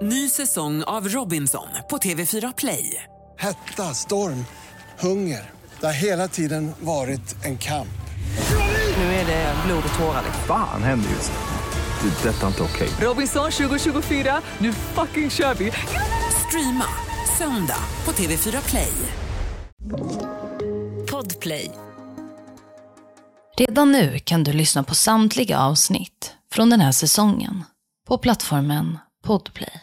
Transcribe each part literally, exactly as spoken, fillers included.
Ny säsong av Robinson på T V fyra Play. Hetta, storm, hunger. Det har hela tiden varit en kamp. Nu är det blod och tårar. Fan händer just nu. Det. Detta är inte okej. Robinson tjugo tjugofyra, nu fucking kör vi. Streama söndag på T V fyra Play. Podplay. Redan nu kan du lyssna på samtliga avsnitt från den här säsongen på plattformen Podplay.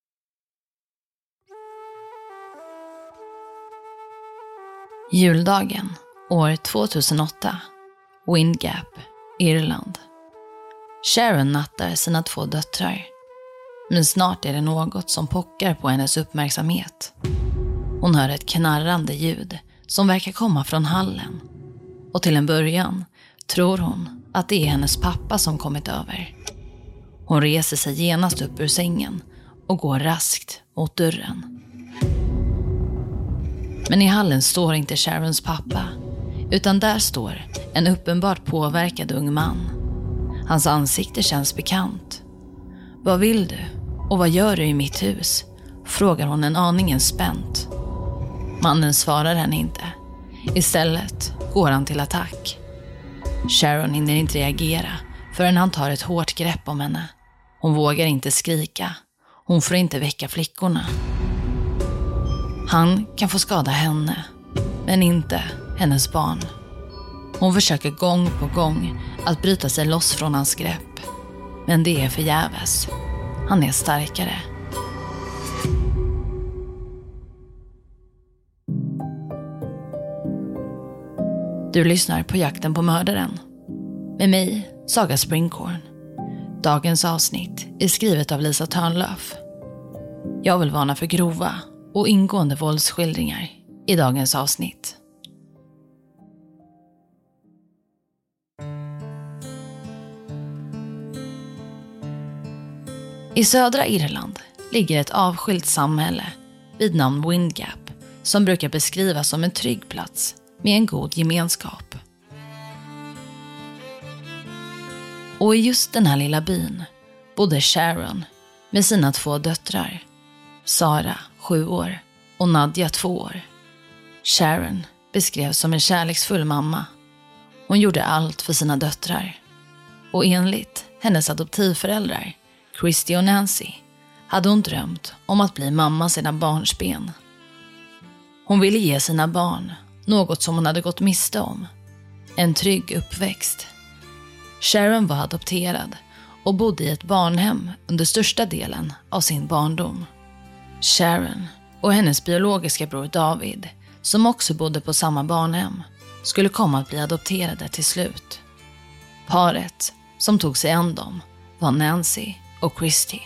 Juldagen år tvåtusenåtta, Windgap, Irland. Sharon nattar sina två döttrar, men snart är det något som pockar på hennes uppmärksamhet. Hon hör ett knarrande ljud som verkar komma från hallen, och till en början tror hon att det är hennes pappa som kommit över. Hon reser sig genast upp ur sängen och går raskt mot dörren. Men i hallen står inte Sharons pappa, utan där står en uppenbart påverkad ung man. Hans ansikte känns bekant. Vad vill du? Och vad gör du i mitt hus? Frågar hon en aningen spänt. Mannen svarar henne inte. Istället går han till attack. Sharon hinner inte reagera förrän han tar ett hårt grepp om henne. Hon vågar inte skrika. Hon får inte väcka flickorna. Han kan få skada henne, men inte hennes barn. Hon försöker gång på gång att bryta sig loss från hans grepp. Men det är förgäves. Han är starkare. Du lyssnar på Jakten på mördaren. Med mig, Saga Springhorn. Dagens avsnitt är skrivet av Lisa Törnlöf. Jag vill varna för grova och ingående våldsskildringar i dagens avsnitt. I södra Irland ligger ett avskilt samhälle vid namn Windgap som brukar beskrivas som en trygg plats med en god gemenskap. Och i just den här lilla byn bodde Sharon med sina två döttrar, Sara, sju år, och Nadja, två år. Sharon beskrevs som en kärleksfull mamma. Hon gjorde allt för sina döttrar. Och enligt hennes adoptivföräldrar, Christy och Nancy, hade hon drömt om att bli mamma sedan barnsben. Hon ville ge sina barn något som hon hade gått miste om. En trygg uppväxt. Sharon var adopterad och bodde i ett barnhem under största delen av sin barndom. Sharon och hennes biologiska bror David, som också bodde på samma barnhem, skulle komma att bli adopterade till slut. Paret som tog sig an dem var Nancy och Christy.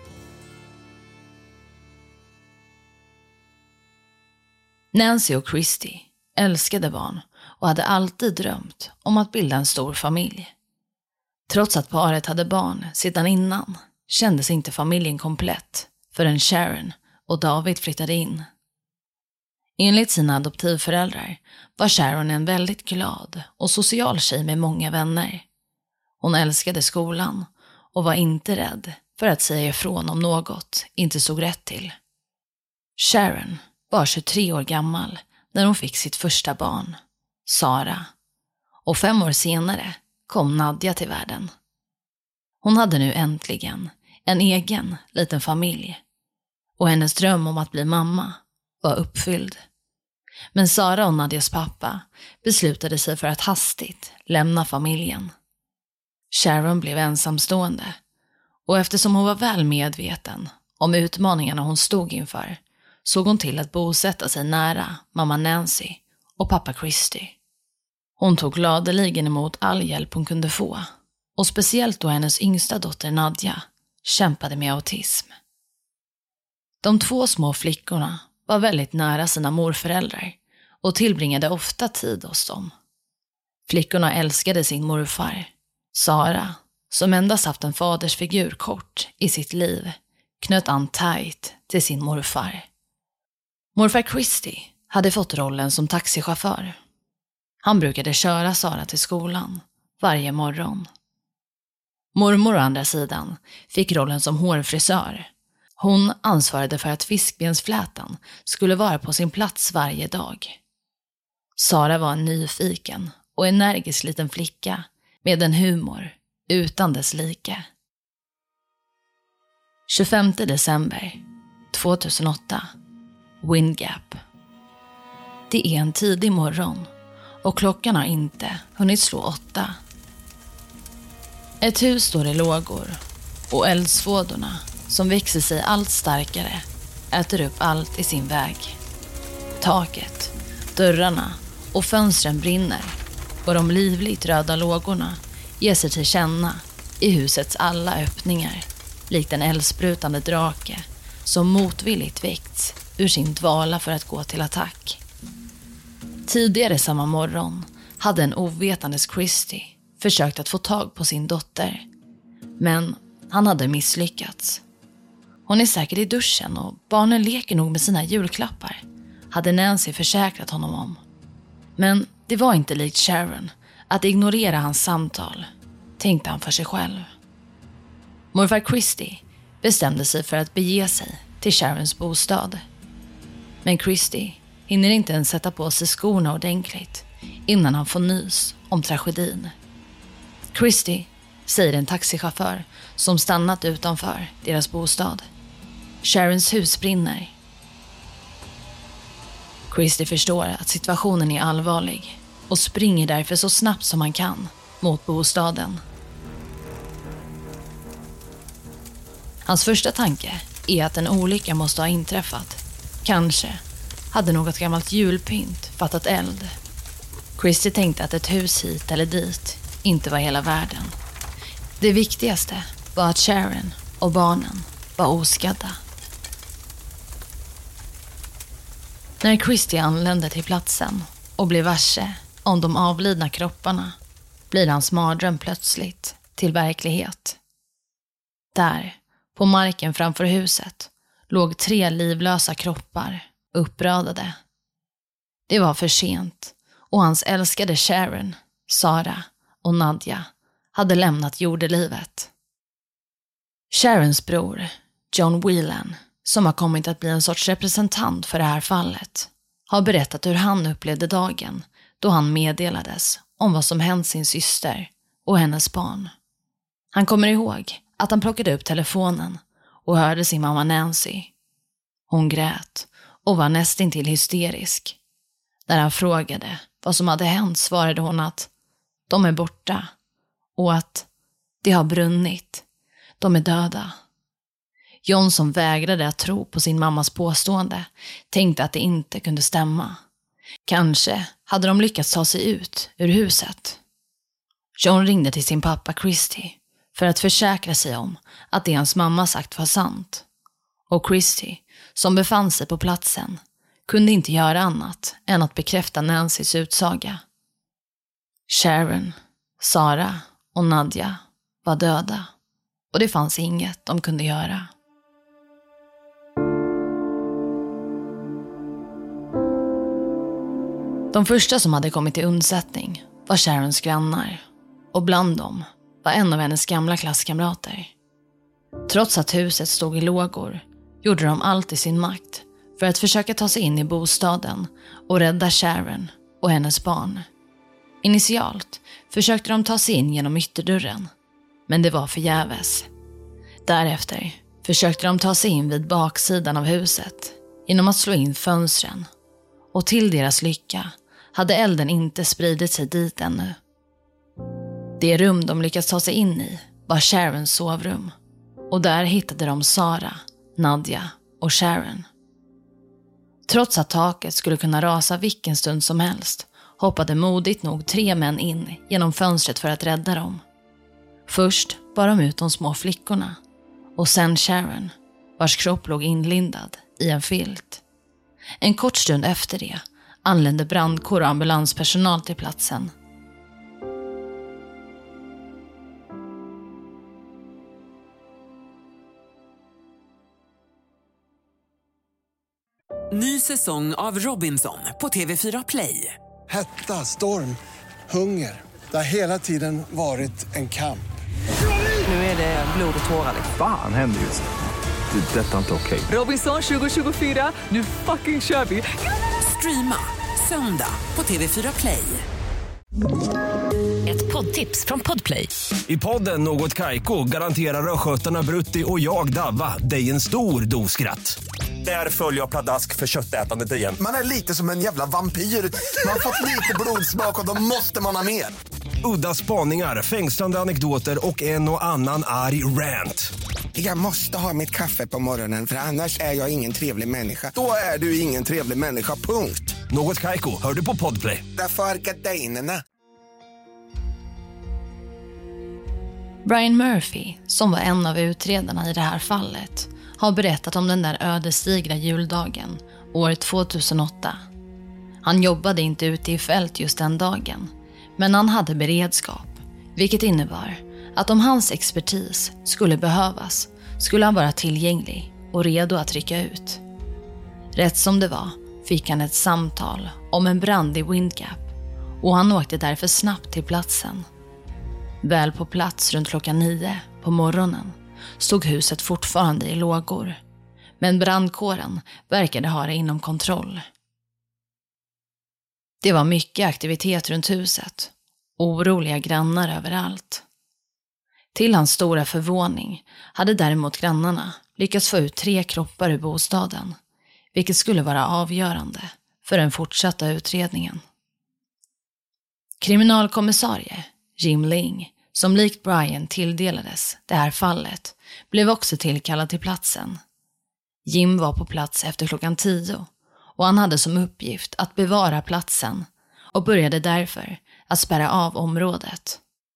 Nancy och Christy älskade barn och hade alltid drömt om att bilda en stor familj. Trots att paret hade barn sedan innan kändes inte familjen komplett förrän Sharon och David flyttade in. Enligt sina adoptivföräldrar var Sharon en väldigt glad och social tjej med många vänner. Hon älskade skolan och var inte rädd för att säga ifrån om något inte såg rätt till. Sharon var tjugotre år gammal när hon fick sitt första barn, Sara. Och fem år senare kom Nadja till världen. Hon hade nu äntligen en egen liten familj. Och hennes dröm om att bli mamma var uppfylld. Men Sara och Nadjas pappa beslutade sig för att hastigt lämna familjen. Sharon blev ensamstående. Och eftersom hon var väl medveten om utmaningarna hon stod inför, såg hon till att bosätta sig nära mamma Nancy och pappa Christy. Hon tog gladeligen emot all hjälp hon kunde få, och speciellt då hennes yngsta dotter Nadja kämpade med autism. De två små flickorna var väldigt nära sina morföräldrar och tillbringade ofta tid hos dem. Flickorna älskade sin morfar. Sara, som endast haft en fadersfigur kort i sitt liv, knöt an tajt till sin morfar. Morfar Christy hade fått rollen som taxichaufför. Han brukade köra Sara till skolan varje morgon. Mormor å andra sidan fick rollen som hårfrisör. Hon ansvarade för att fiskbensflätan skulle vara på sin plats varje dag. Sara var en nyfiken och energisk liten flicka med en humor utan dess like. tjugofemte december tjugohundraåtta, Windgap. Det är en tidig morgon och klockan har inte hunnit slå åtta. Ett hus står i lågor och eldsvådorna som växer sig allt starkare äter upp allt i sin väg. Taket, dörrarna och fönstren brinner och de livligt röda lågorna ger sig till känna i husets alla öppningar, likt en eldsprutande drake som motvilligt väckts ur sin dvala för att gå till attack. Tidigare samma morgon hade en ovetandes Christy försökt att få tag på sin dotter, men han hade misslyckats. Hon är säkert i duschen och barnen leker nog med sina julklappar, hade Nancy försäkrat honom om. Men det var inte likt Sharon att ignorera hans samtal, tänkte han för sig själv. Morfar Christy bestämde sig för att bege sig till Sharons bostad. Men Christy hinner inte ens sätta på sig skorna ordentligt innan han får nys om tragedin. Christy, säger en taxichaufför som stannat utanför deras bostad. Sharons hus brinner. Christy förstår att situationen är allvarlig och springer därför så snabbt som han kan mot bostaden. Hans första tanke är att en olycka måste ha inträffat. Kanske hade något gammalt julpynt fattat eld. Christy tänkte att ett hus hit eller dit inte var hela världen. Det viktigaste var att Sharon och barnen var oskadda. När Christy anlände till platsen och blev varse om de avlidna kropparna blir hans mardröm plötsligt till verklighet. Där, på marken framför huset, låg tre livlösa kroppar uppradade. Det var för sent och hans älskade Sharon, Sara och Nadja hade lämnat jordelivet. Sharons bror, John Whelan, som har kommit att bli en sorts representant för det här fallet, har berättat hur han upplevde dagen då han meddelades om vad som hänt sin syster och hennes barn. Han kommer ihåg att han plockade upp telefonen och hörde sin mamma Nancy. Hon grät och var nästintill hysterisk. När han frågade vad som hade hänt svarade hon att de är borta och att det har brunnit. De är döda. John, som vägrade att tro på sin mammas påstående, tänkte att det inte kunde stämma. Kanske hade de lyckats ta sig ut ur huset. John ringde till sin pappa Christy för att försäkra sig om att det hans mamma sagt var sant. Och Christy, som befann sig på platsen, kunde inte göra annat än att bekräfta Nancys utsaga. Sharon, Sara och Nadja var döda och det fanns inget de kunde göra. De första som hade kommit till undsättning var Sharons grannar och bland dem var en av hennes gamla klasskamrater. Trots att huset stod i lågor gjorde de allt i sin makt för att försöka ta sig in i bostaden och rädda Sharon och hennes barn. Initialt försökte de ta sig in genom ytterdörren, men det var förgäves. Därefter försökte de ta sig in vid baksidan av huset genom att slå in fönstren, och till deras lycka hade elden inte spridit sig dit ännu. Det rum de lyckats ta sig in i var Sharons sovrum, och där hittade de Sara, Nadja och Sharon. Trots att taket skulle kunna rasa vilken stund som helst hoppade modigt nog tre män in genom fönstret för att rädda dem. Först bar de ut de små flickorna och sen Sharon, vars kropp låg inlindad i en filt. En kort stund efter det anlände brandkår och ambulanspersonal till platsen. Ny säsong av Robinson på T V fyra Play. Hetta, storm, hunger. Det har hela tiden varit en kamp. Nu är det blod och tårar. Fan händer just det. Det, detta är inte okej. Robinson tjugo tjugofyra, nu fucking kör vi! Streama söndag på T V fyra Play. Ett poddtips från Podplay. I podden Något Kaiko garanterar röskötarna Brutti och jag Davva dig en stor doskratt. Där följer jag pladask för köttätandet igen. Man är lite som en jävla vampyr. Man har fått lite blodsmak och då måste man ha mer. Udda spaningar, fängslande anekdoter och en och annan arg rant. Jag måste ha mitt kaffe på morgonen för annars är jag ingen trevlig människa. Då är du ingen trevlig människa, punkt. Något Kaiko, hör du på Podplay. Därför är gardinerna. Brian Murphy, som var en av utredarna i det här fallet, har berättat om den där ödesdigra juldagen år tvåtusenåtta. Han jobbade inte ute i fält just den dagen, men han hade beredskap, vilket innebar att om hans expertis skulle behövas skulle han vara tillgänglig och redo att rycka ut. Rätt som det var fick han ett samtal om en brand i Windgap och han åkte därför snabbt till platsen. Väl på plats runt klockan nio på morgonen stod huset fortfarande i lågor, men brandkåren verkade ha det inom kontroll. Det var mycket aktivitet runt huset, oroliga grannar överallt. Till hans stora förvåning hade däremot grannarna lyckats få ut tre kroppar ur bostaden, vilket skulle vara avgörande för den fortsatta utredningen. Kriminalkommissarie Jim Ling, som likt Brian tilldelades det här fallet, blev också tillkallad till platsen. Jim var på plats efter klockan tio och han hade som uppgift att bevara platsen och började därför att spärra av området.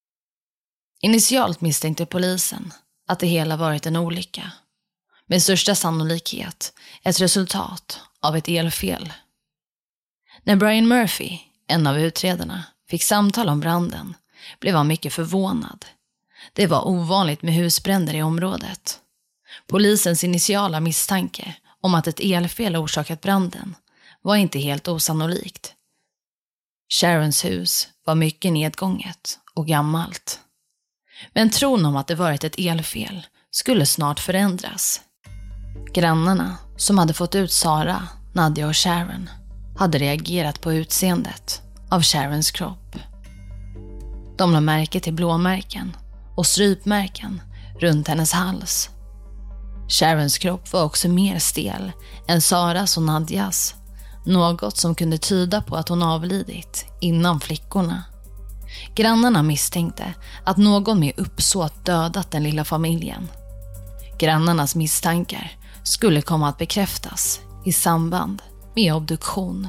Initialt misstänkte polisen att det hela varit en olycka, med största sannolikhet ett resultat av ett elfel. När Brian Murphy, en av utredarna, fick samtal om branden blev han mycket förvånad. Det var ovanligt med husbränder i området. Polisens initiala misstanke om att ett elfel orsakat branden var inte helt osannolikt. Sharons hus var mycket nedgånget och gammalt. Men tron om att det varit ett elfel skulle snart förändras. Grannarna som hade fått ut Sara, Nadia och Sharon hade reagerat på utseendet av Sharons kropp. De la märke till blåmärken och strypmärken runt hennes hals. Sharons kropp var också mer stel än Saras och Nadias, något som kunde tyda på att hon avlidit innan flickorna. Grannarna misstänkte att någon med uppsåt dödat den lilla familjen. Grannarnas misstankar skulle komma att bekräftas i samband med obduktion.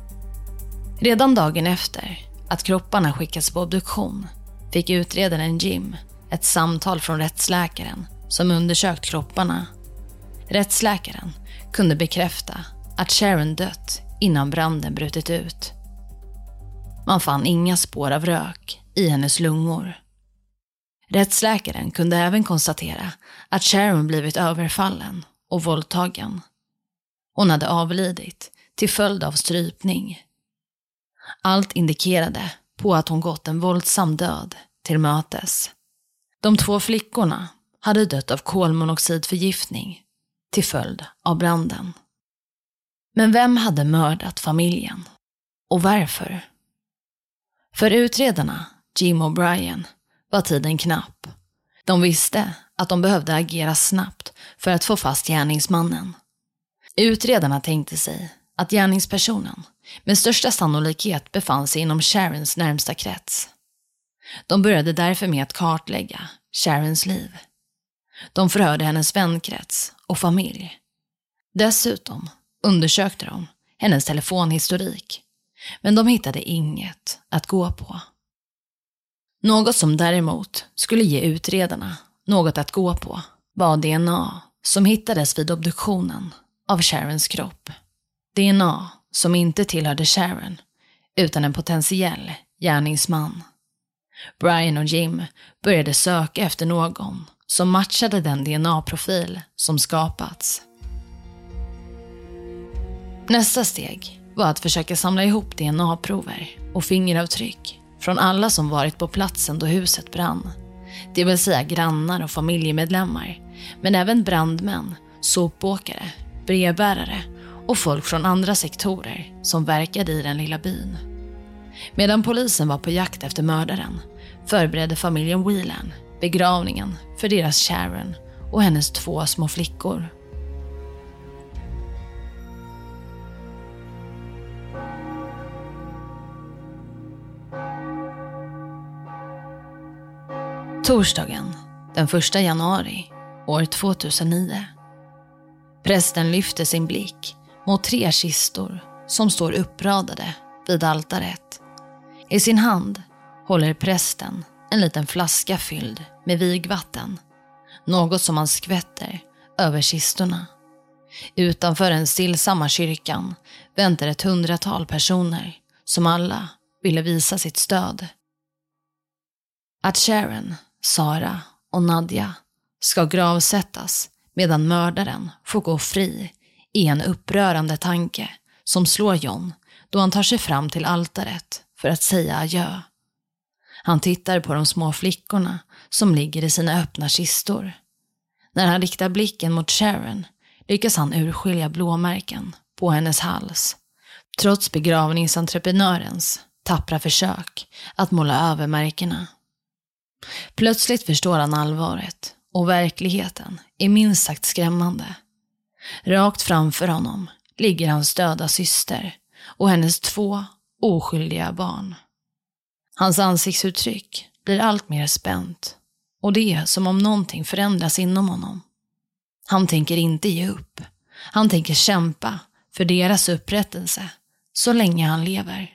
Redan dagen efter att kropparna skickats på obduktion fick utredaren Jim ett samtal från rättsläkaren som undersökt kropparna. Rättsläkaren kunde bekräfta att Sharon dött innan branden brutit ut. Man fann inga spår av rök i hennes lungor. Rättsläkaren kunde även konstatera att Sharon blivit överfallen och våldtagen. Hon hade avlidit till följd av strypning. Allt indikerade på att hon gått en våldsam död till mötes. De två flickorna hade dött av kolmonoxidförgiftning till följd av branden. Men vem hade mördat familjen? Och varför? För utredarna, Jim och Brian, var tiden knapp. De visste att de behövde agera snabbt för att få fast gärningsmannen. Utredarna tänkte sig att gärningspersonen med största sannolikhet befann sig inom Sharons närmsta krets. De började därför med att kartlägga Sharons liv. De förhörde hennes vänkrets och familj. Dessutom undersökte de hennes telefonhistorik, men de hittade inget att gå på. Något som däremot skulle ge utredarna något att gå på var D N A som hittades vid obduktionen av Sharons kropp. D N A som inte tillhörde Sharon utan en potentiell gärningsman. Brian och Jim började söka efter någon som matchade den D N A-profil som skapats. Nästa steg var att försöka samla ihop D N A-prover och fingeravtryck från alla som varit på platsen då huset brann. Det vill säga grannar och familjemedlemmar, men även brandmän sopåkare, brevbärare och folk från andra sektorer som verkade i den lilla byn. Medan polisen var på jakt efter mördaren förberedde familjen Whelan begravningen för deras Sharon och hennes två små flickor. Torsdagen, den första januari, år tvåtusennio. Prästen lyfter sin blick mot tre kistor som står uppradade vid altaret. I sin hand håller prästen en liten flaska fylld med vigvatten, något som han skvätter över kistorna. Utanför den stillsamma kyrkan väntar ett hundratal personer som alla ville visa sitt stöd. Att Sharon, Sara och Nadia ska gravsättas medan mördaren får gå fri är en upprörande tanke som slår John då han tar sig fram till altaret för att säga adjö. Han tittar på de små flickorna som ligger i sina öppna kistor. När han riktar blicken mot Sharon lyckas han urskilja blåmärken på hennes hals, trots begravningsentreprenörens tappra försök att måla över märkena. Plötsligt förstår han allvaret och verkligheten är minst sagt skrämmande. Rakt framför honom ligger hans döda syster och hennes två oskyldiga barn. Hans ansiktsuttryck blir allt mer spänt och det är som om någonting förändras inom honom. Han tänker inte ge upp. Han tänker kämpa för deras upprättelse så länge han lever.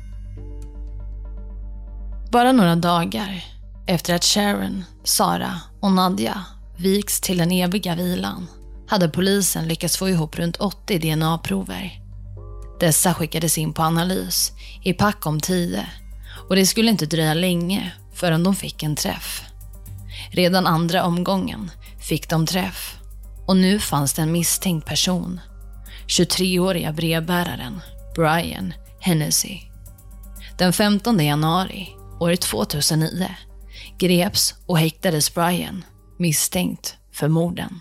Bara några dagar efter att Sharon, Sara och Nadia viks till den eviga vilan hade polisen lyckats få ihop runt åttio D N A-prover. Dessa skickades in på analys i pack om tio och det skulle inte dröja länge förrän de fick en träff. Redan andra omgången fick de träff och nu fanns det en misstänkt person, tjugotreåriga brevbäraren Brian Hennessy. Den femtonde januari år tvåtusenio greps och häktades Brian misstänkt för morden.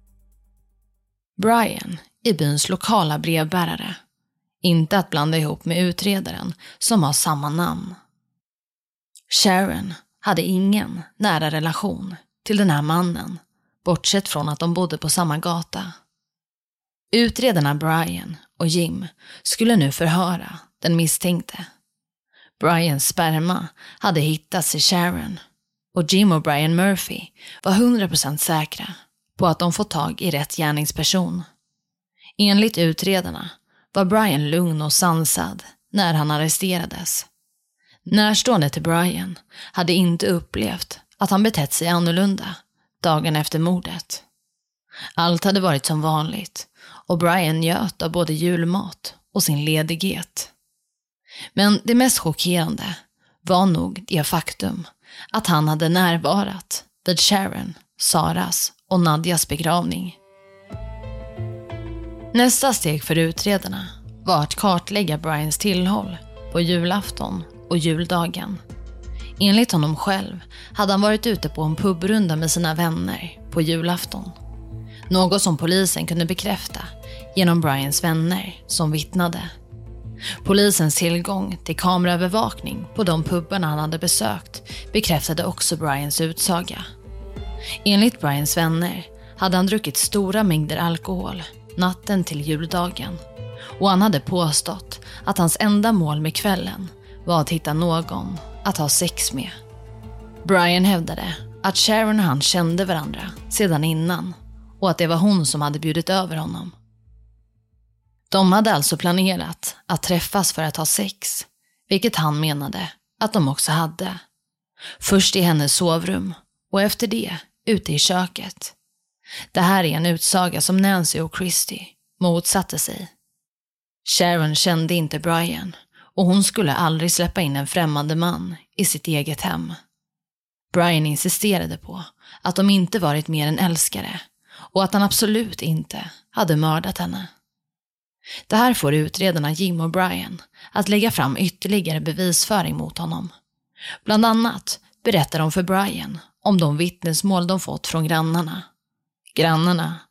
Brian är byns lokala brevbärare, inte att blanda ihop med utredaren som har samma namn. Sharon hade ingen nära relation till den här mannen, bortsett från att de bodde på samma gata. Utredarna Brian och Jim skulle nu förhöra den misstänkte. Brians sperma hade hittats i Sharon och Jim och Brian Murphy var hundra procent säkra på att de fått tag i rätt gärningsperson. Enligt utredarna var Brian lugn och sansad när han arresterades. Närstående till Brian hade inte upplevt att han betett sig annorlunda dagen efter mordet. Allt hade varit som vanligt och Brian njöt av både julmat och sin ledighet. Men det mest chockerande var nog det faktum att han hade närvarat vid Sharon, Saras och Nadias begravning. Nästa steg för utredarna var att kartlägga Brians tillhåll på julafton och juldagen. Enligt honom själv hade han varit ute på en pubrunda med sina vänner på julafton. Något som polisen kunde bekräfta genom Brians vänner som vittnade. Polisens tillgång till kameraövervakning på de pubbarna han hade besökt bekräftade också Brians utsaga. Enligt Brians vänner hade han druckit stora mängder alkohol natten till juldagen och han hade påstått att hans enda mål med kvällen var att hitta någon att ha sex med. Brian hävdade att Sharon och han kände varandra sedan innan och att det var hon som hade bjudit över honom. De hade alltså planerat att träffas för att ha sex, vilket han menade att de också hade. Först i hennes sovrum och efter det ute i köket. Det här är en utsaga som Nancy och Christy motsatte sig. Sharon kände inte Brian och hon skulle aldrig släppa in en främmande man i sitt eget hem. Brian insisterade på att de inte varit mer än älskare och att han absolut inte hade mördat henne. Det här får utredarna Jim och Brian att lägga fram ytterligare bevisföring mot honom. Bland annat berättar de för Brian om de vittnesmål de fått från grannarna. Grannarna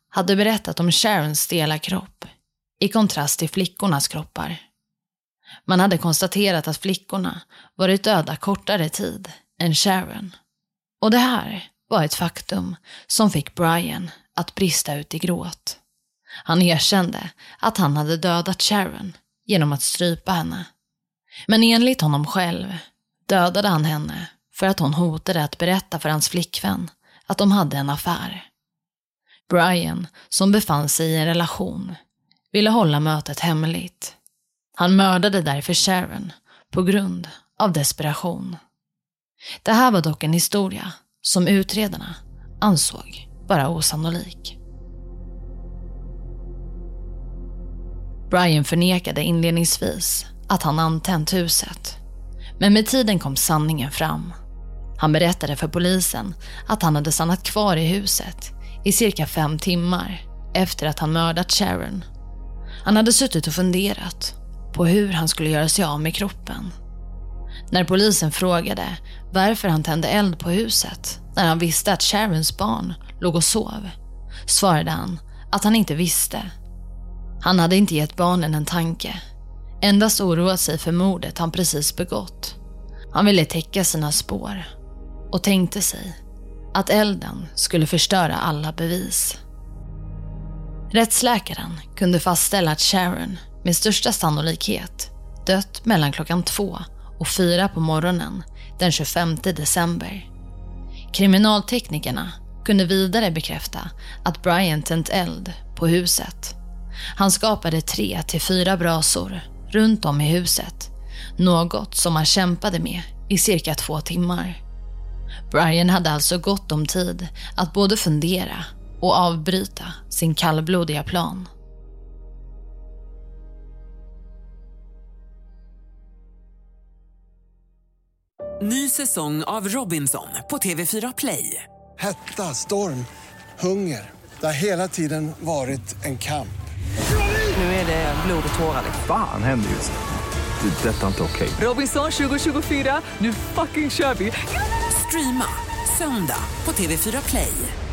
hade berättat om Sharons stela kropp i kontrast till flickornas kroppar. Man hade konstaterat att flickorna varit döda kortare tid än Sharon. Och det här var ett faktum som fick Brian att brista ut i gråt. Han erkände att han hade dödat Sharon genom att strypa henne. Men enligt honom själv dödade han henne för att hon hotade att berätta för hans flickvän att de hade en affär. Brian, som befann sig i en relation, ville hålla mötet hemligt. Han mördade därför Sharon på grund av desperation. Det här var dock en historia som utredarna ansåg vara osannolik. Brian förnekade inledningsvis att han antänt huset. Men med tiden kom sanningen fram. Han berättade för polisen att han hade stannat kvar i huset i cirka fem timmar efter att han mördat Sharon. Han hade suttit och funderat på hur han skulle göra sig av med kroppen. När polisen frågade varför han tände eld på huset när han visste att Sharons barn låg och sov, svarade han att han inte visste. Han hade inte gett barnen en tanke, endast oroat sig för mordet han precis begått. Han ville täcka sina spår och tänkte sig att elden skulle förstöra alla bevis. Rättsläkaren kunde fastställa att Sharon med största sannolikhet dött mellan klockan två och fyra på morgonen den tjugofemte december. Kriminalteknikerna kunde vidare bekräfta att Brian tänt eld på huset. Han skapade tre till fyra brasor runt om i huset, något som han kämpade med i cirka två timmar. Brian hade alltså gott om tid att både fundera och avbryta sin kallblodiga plan. Ny säsong av Robinson på T V fyra Play. Hetta, storm, hunger. Det har hela tiden varit en kamp. Nu är det blod och tårar. Fan händer just det. Det är detta inte okej. Robinson tjugo tjugofyra, nu fucking kör vi. Streama söndag på T V fyra Play.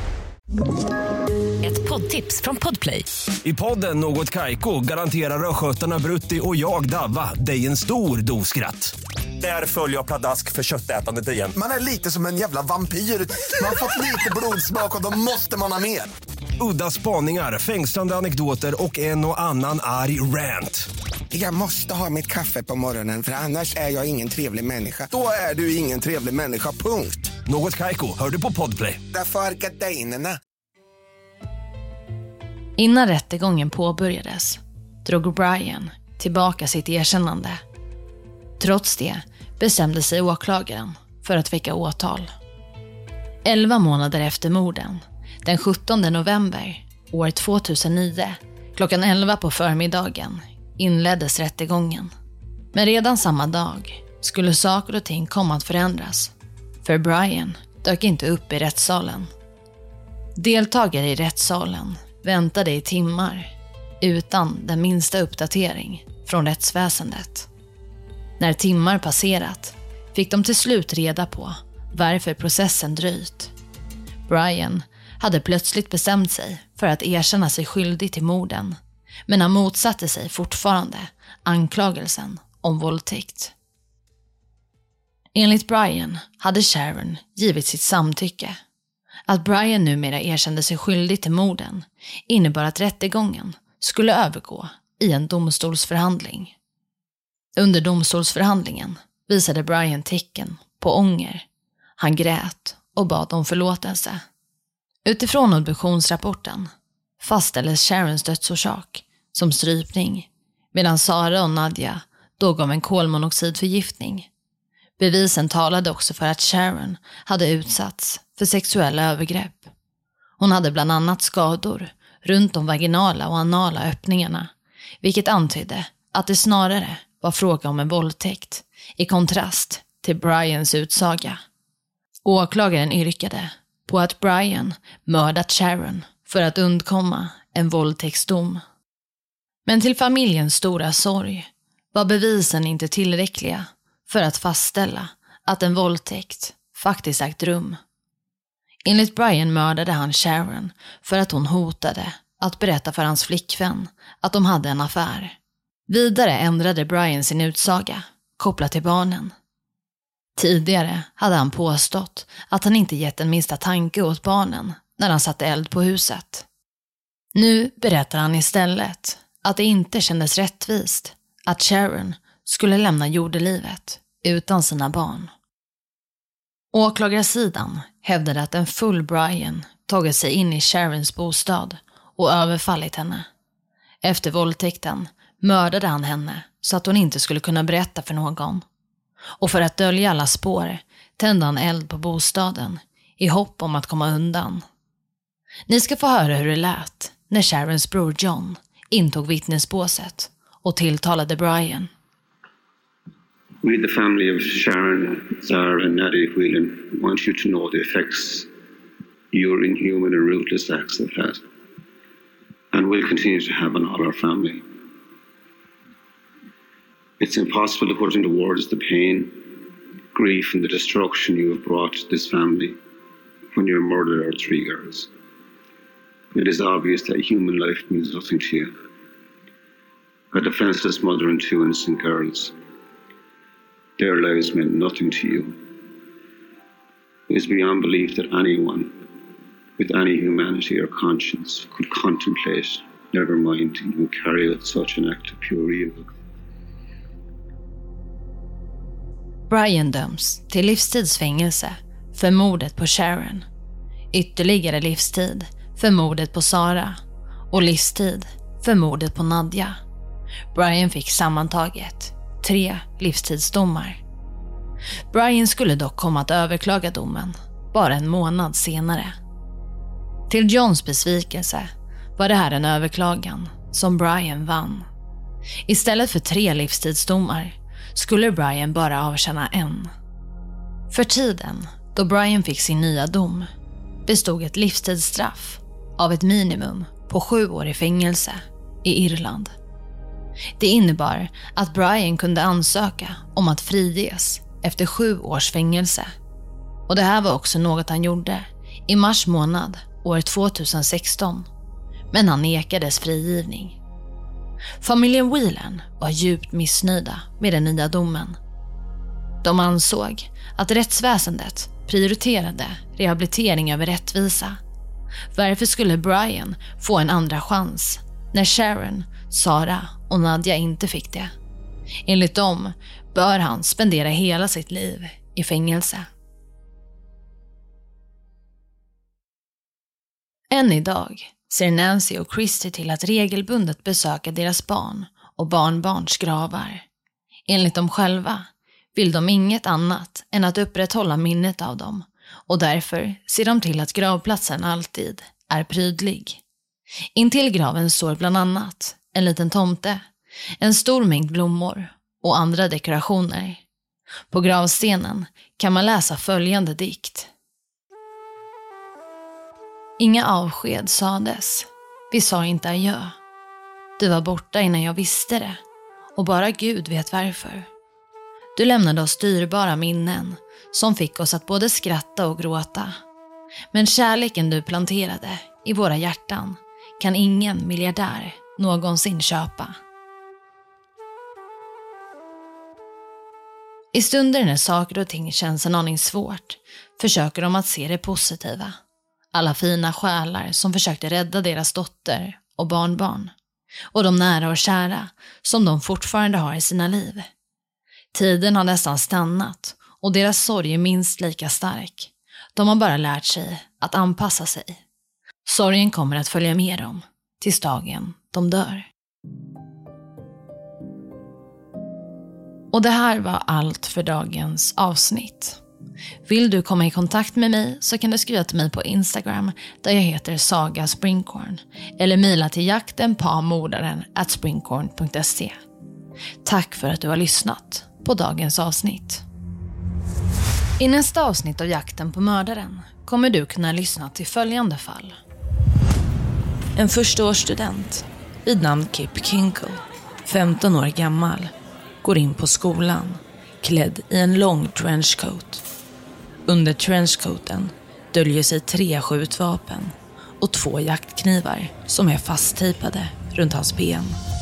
Ett poddtips från Podplay. I podden Något Kaiko garanterar röskötarna Brutti och jag Davva dig en stor doskratt. Där följer jag pladask för köttätandet igen. Man är lite som en jävla vampyr. Man har fått lite blodsmak och då måste man ha mer. Udda spaningar, fängslande anekdoter och en och annan arg rant. Jag måste ha mitt kaffe på morgonen för annars är jag ingen trevlig människa. Då är du ingen trevlig människa, punkt. Något Kaiko, hör du på Podplay. Därför är gardinerna. Innan rättegången påbörjades drog Brian tillbaka sitt erkännande. Trots det bestämde sig åklagaren för att väcka åtal. Elva månader efter morden, den sjuttonde november år tvåtusennio, klockan elva på förmiddagen, inleddes rättegången. Men redan samma dag skulle saker och ting komma att förändras, för Brian dök inte upp i rättssalen. Deltagare i rättssalen väntade i timmar utan den minsta uppdatering från rättsväsendet. När timmar passerat fick de till slut reda på varför processen dröjt. Brian hade plötsligt bestämt sig för att erkänna sig skyldig till morden, men han motsatte sig fortfarande anklagelsen om våldtäkt. Enligt Brian hade Sharon givit sitt samtycke. Att Brian numera erkände sig skyldig till morden innebar att rättegången skulle övergå i en domstolsförhandling. Under domstolsförhandlingen visade Brian tecken på ånger. Han grät och bad om förlåtelse. Utifrån obduktionsrapporten fastställdes Sharons dödsorsak som strypning, medan Sara och Nadja dog av en kolmonoxidförgiftning. Bevisen talade också för att Sharon hade utsatts för sexuella övergrepp. Hon hade bland annat skador runt de vaginala och anala öppningarna, vilket antydde att det snarare var fråga om en våldtäkt, i kontrast till Brians utsaga. Åklagaren yrkade på att Brian mördat Sharon för att undkomma en våldtäktsdom. Men till familjens stora sorg var bevisen inte tillräckliga för att fastställa att en våldtäkt faktiskt ägt rum. Enligt Brian mördade han Sharon för att hon hotade att berätta för hans flickvän att de hade en affär. Vidare ändrade Brian sin utsaga, kopplat till barnen. Tidigare hade han påstått att han inte gett en minsta tanke åt barnen när han satte eld på huset. Nu berättar han istället att det inte kändes rättvist att Sharon skulle lämna jordelivet utan sina barn. Åklagarsidan hävdade att en full Brian tagit sig in i Sharons bostad och överfallit henne. Efter våldtäkten mördade han henne så att hon inte skulle kunna berätta för någon. Och för att dölja alla spår tände han eld på bostaden i hopp om att komma undan. Ni ska få höra hur det lät när Sharons bror John intog vittnesbåset och tilltalade Brian. We, the family of Sharon, Zara and Nadia Whelan, want you to know the effects your inhuman and ruthless acts have had and will continue to have on all our family. It's impossible to put into words the pain, grief and the destruction you have brought to this family when you murdered our three girls. It is obvious that human life means nothing to you. A defenseless mother and two innocent girls. Their lives meant nothing to you. It is beyond belief that anyone with any humanity or conscience could contemplate, never mind even carry out such an act of pure evil. Brian döms till livstidsfängelse för mordet på Sharon, ytterligare livstid för mordet på Sara och livstid för mordet på Nadia. Brian fick sammantaget tre livstidsdomar. Brian skulle dock komma att överklaga domen bara en månad senare. Till Johns besvikelse var det här en överklagan som Brian vann. Istället för tre livstidsdomar skulle Brian bara avtjäna en. För tiden då Brian fick sin nya dom bestod ett livstidsstraff av ett minimum på sju år i fängelse i Irland. Det innebar att Brian kunde ansöka om att friges efter sju års fängelse. Och det här var också något han gjorde i mars månad år tjugohundrasexton. Men han nekades frigivning. Familjen Whelan var djupt missnöjda med den nya domen. De ansåg att rättsväsendet prioriterade rehabilitering över rättvisa. Varför skulle Brian få en andra chans när Sharon, Sara och Nadia inte fick det? Enligt dem bör han spendera hela sitt liv i fängelse. Än idag ser Nancy och Christy till att regelbundet besöka deras barn och barnbarns gravar. Enligt dem själva vill de inget annat än att upprätthålla minnet av dem, och därför ser de till att gravplatsen alltid är prydlig. Intill graven står bland annat en liten tomte, en stor mängd blommor och andra dekorationer. På gravstenen kan man läsa följande dikt. Inga avsked sades, vi sa inte adjö. Du var borta innan jag visste det, och bara Gud vet varför. Du lämnade oss dyrbara minnen som fick oss att både skratta och gråta. Men kärleken du planterade i våra hjärtan kan ingen miljardär någonsin köpa. I stunder när saker och ting känns en aning svårt försöker de att se det positiva. Alla fina själar som försökte rädda deras dotter och barnbarn. Och de nära och kära som de fortfarande har i sina liv. Tiden har nästan stannat och deras sorg är minst lika stark. De har bara lärt sig att anpassa sig. Sorgen kommer att följa med dem tills dagen de dör. Och det här var allt för dagens avsnitt. Vill du komma i kontakt med mig så kan du skriva till mig på Instagram där jag heter Saga Springkorn eller mejla till jaktenpamordaren at springkorn punkt se. Tack för att du har lyssnat på dagens avsnitt. I nästa avsnitt av Jakten på mördaren kommer du kunna lyssna till följande fall. En förstaårsstudent vid namn Kip Kinkle, femton år gammal, går in på skolan klädd i en lång trenchcoat. Under trenchcoaten döljer sig tre skjutvapen och två jaktknivar som är fasttejpade runt hans ben.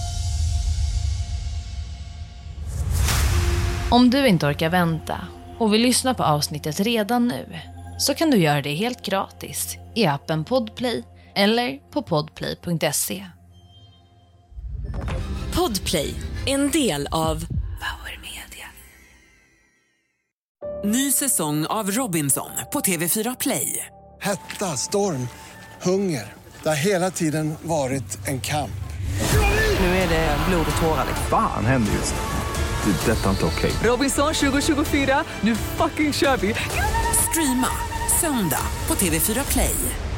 Om du inte orkar vänta och vill lyssna på avsnittet redan nu så kan du göra det helt gratis i appen Podplay eller på podplay punkt se. Podplay, en del av Power Media. Ny säsong av Robinson på T V fyra Play. Hetta, storm, hunger. Det har hela tiden varit en kamp. Nu är det blod och tårar. Fan händer just det. Det är detta inte okej. Robinson tjugo tjugofyra, nu fucking kör vi. Streama söndag på T V fyra Play.